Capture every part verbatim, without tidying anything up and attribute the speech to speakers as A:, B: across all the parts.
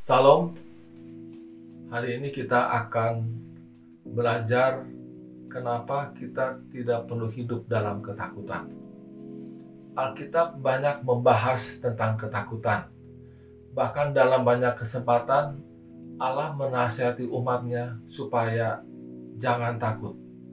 A: Salam, hari ini kita akan belajar kenapa kita tidak perlu hidup dalam ketakutan. Alkitab banyak membahas tentang ketakutan. Bahkan dalam banyak kesempatan, Allah menasihati umatnya supaya jangan takut.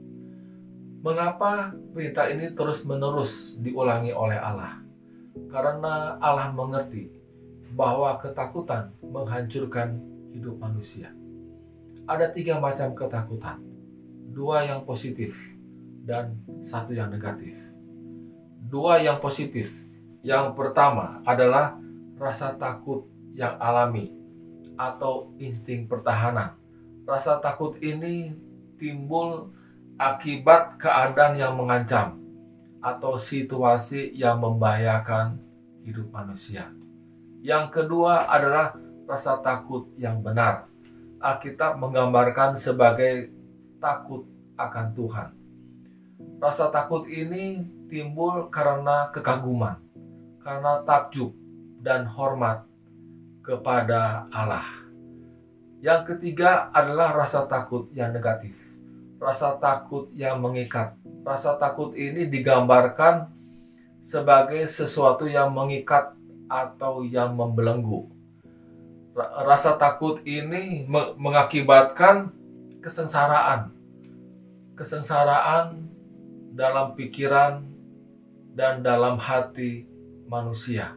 A: Mengapa perintah ini terus-menerus diulangi oleh Allah? Karena Allah mengerti bahwa ketakutan menghancurkan hidup manusia. Ada tiga macam ketakutan, dua yang positif dan satu yang negatif. Dua yang positif, yang pertama adalah rasa takut yang alami atau insting pertahanan. Rasa takut ini timbul akibat keadaan yang mengancam atau situasi yang membahayakan hidup manusia. Yang kedua adalah rasa takut yang benar. Alkitab menggambarkan sebagai takut akan Tuhan. Rasa takut ini timbul karena kekaguman, karena takjub dan hormat kepada Allah. Yang ketiga adalah rasa takut yang negatif. Rasa takut yang mengikat. Rasa takut ini digambarkan sebagai sesuatu yang mengikat atau yang membelenggu. Rasa takut ini mengakibatkan kesengsaraan. Kesengsaraan dalam pikiran dan dalam hati manusia.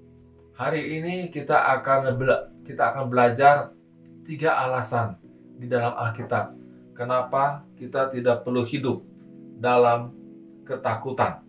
A: Hari ini kita akan kita akan belajar tiga alasan di dalam Alkitab kenapa kita tidak perlu hidup dalam ketakutan.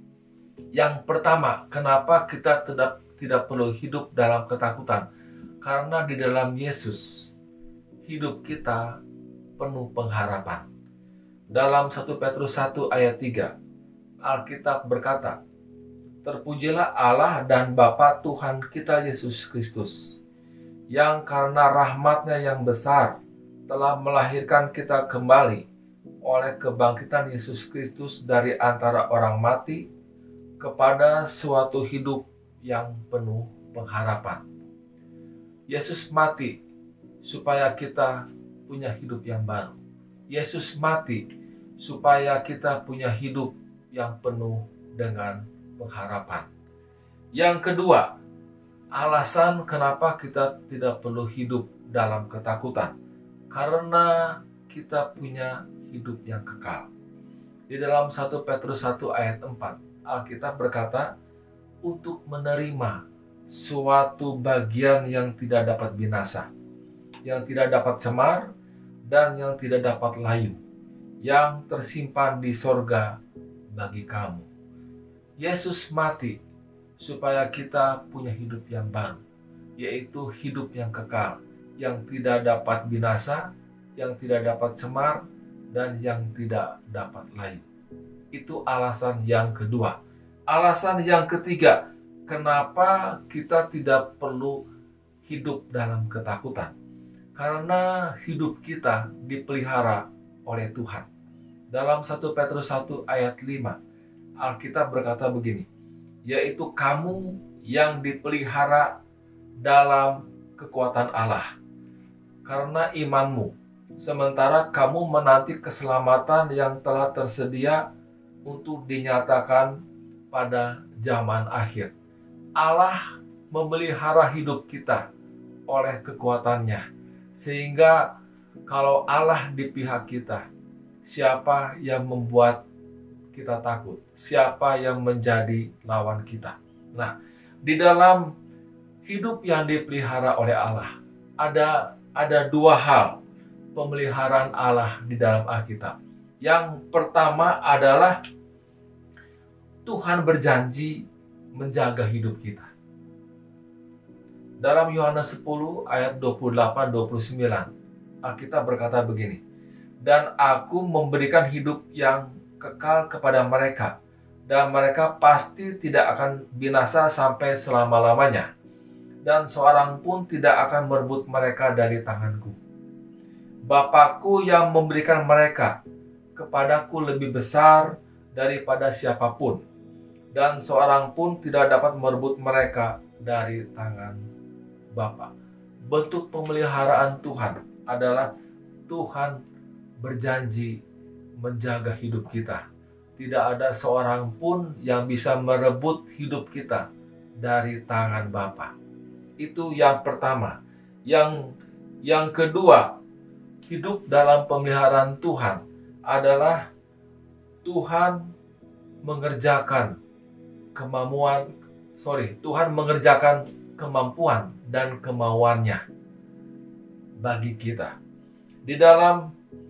A: Yang pertama, kenapa kita tidak tidak perlu hidup dalam ketakutan? Karena di dalam Yesus hidup kita penuh pengharapan. Dalam satu Petrus satu ayat tiga, Alkitab berkata, "Terpujilah Allah dan Bapa Tuhan kita Yesus Kristus, yang karena rahmat-Nya yang besar telah melahirkan kita kembali oleh kebangkitan Yesus Kristus dari antara orang mati kepada suatu hidup yang penuh pengharapan." Yesus mati supaya kita punya hidup yang baru. Yesus mati supaya kita punya hidup yang penuh dengan pengharapan. Yang kedua, alasan kenapa kita tidak perlu hidup dalam ketakutan. Karena kita punya hidup yang kekal. Di dalam satu Petrus satu ayat empat, Alkitab berkata, untuk menerima suatu bagian yang tidak dapat binasa, yang tidak dapat cemar, dan yang tidak dapat layu, yang tersimpan di sorga bagi kamu. Yesus mati supaya kita punya hidup yang baru, yaitu hidup yang kekal, yang tidak dapat binasa, yang tidak dapat cemar, dan yang tidak dapat layu. Itu alasan yang kedua. Alasan yang ketiga, kenapa kita tidak perlu hidup dalam ketakutan? Karena hidup kita dipelihara oleh Tuhan. Dalam satu Petrus satu ayat lima, Alkitab berkata begini, yaitu kamu yang dipelihara dalam kekuatan Allah karena imanmu, sementara kamu menanti keselamatan yang telah tersedia untuk dinyatakan pada zaman akhir. Allah memelihara hidup kita oleh kekuatannya, sehingga kalau Allah di pihak kita, siapa yang membuat kita takut? Siapa yang menjadi lawan kita? Nah, di dalam hidup yang dipelihara oleh Allah, ada ada dua hal pemeliharaan Allah di dalam Alkitab. Yang pertama adalah Tuhan berjanji menjaga hidup kita. Dalam Yohanes sepuluh ayat dua puluh delapan sampai dua puluh sembilan, Alkitab berkata begini, "Dan aku memberikan hidup yang kekal kepada mereka, dan mereka pasti tidak akan binasa sampai selama-lamanya, dan seorang pun tidak akan merebut mereka dari tanganku. Bapakku yang memberikan mereka kepadaku lebih besar daripada siapapun, dan seorang pun tidak dapat merebut mereka dari tangan Bapa." bentuk pemeliharaan Tuhan adalah Tuhan berjanji menjaga hidup kita. Tidak ada seorang pun yang bisa merebut hidup kita dari tangan Bapa. Itu yang pertama. Yang yang kedua, hidup dalam pemeliharaan Tuhan adalah Tuhan mengerjakan kemampuan, sorry, Tuhan mengerjakan kemampuan dan kemauannya bagi kita. Di dalam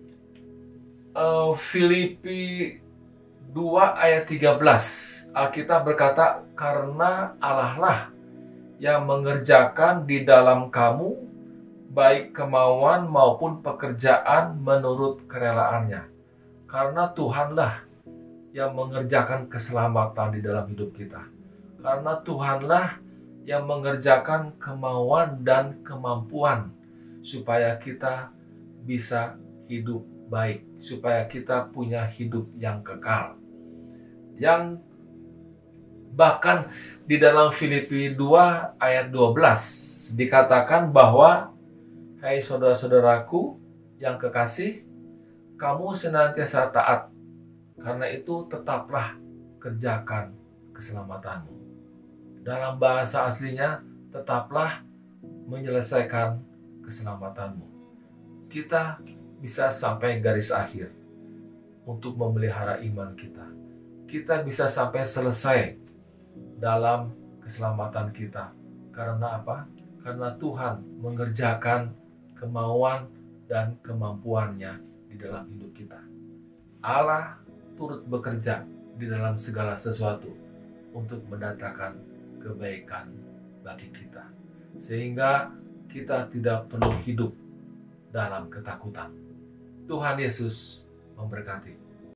A: uh, Filipi dua ayat tiga belas, Alkitab berkata, karena Allah lah yang mengerjakan di dalam kamu baik kemauan maupun pekerjaan menurut kerelaannya. Karena Tuhanlah yang mengerjakan keselamatan di dalam hidup kita. Karena Tuhanlah yang mengerjakan kemauan dan kemampuan supaya kita bisa hidup baik, supaya kita punya hidup yang kekal. Yang bahkan di dalam Filipi dua ayat dua belas dikatakan bahwa, hai saudara-saudaraku yang kekasih, kamu senantiasa taat. Karena itu tetaplah kerjakan keselamatanmu. Dalam bahasa aslinya, tetaplah menyelesaikan keselamatanmu. Kita bisa sampai garis akhir untuk memelihara iman kita. Kita bisa sampai selesai dalam keselamatan kita. Karena apa? Karena Tuhan mengerjakan kemauan dan kemampuannya di dalam hidup kita. Allah turut bekerja di dalam segala sesuatu untuk mendatangkan kebaikan bagi kita. Sehingga kita tidak perlu hidup dalam ketakutan. Tuhan Yesus memberkati.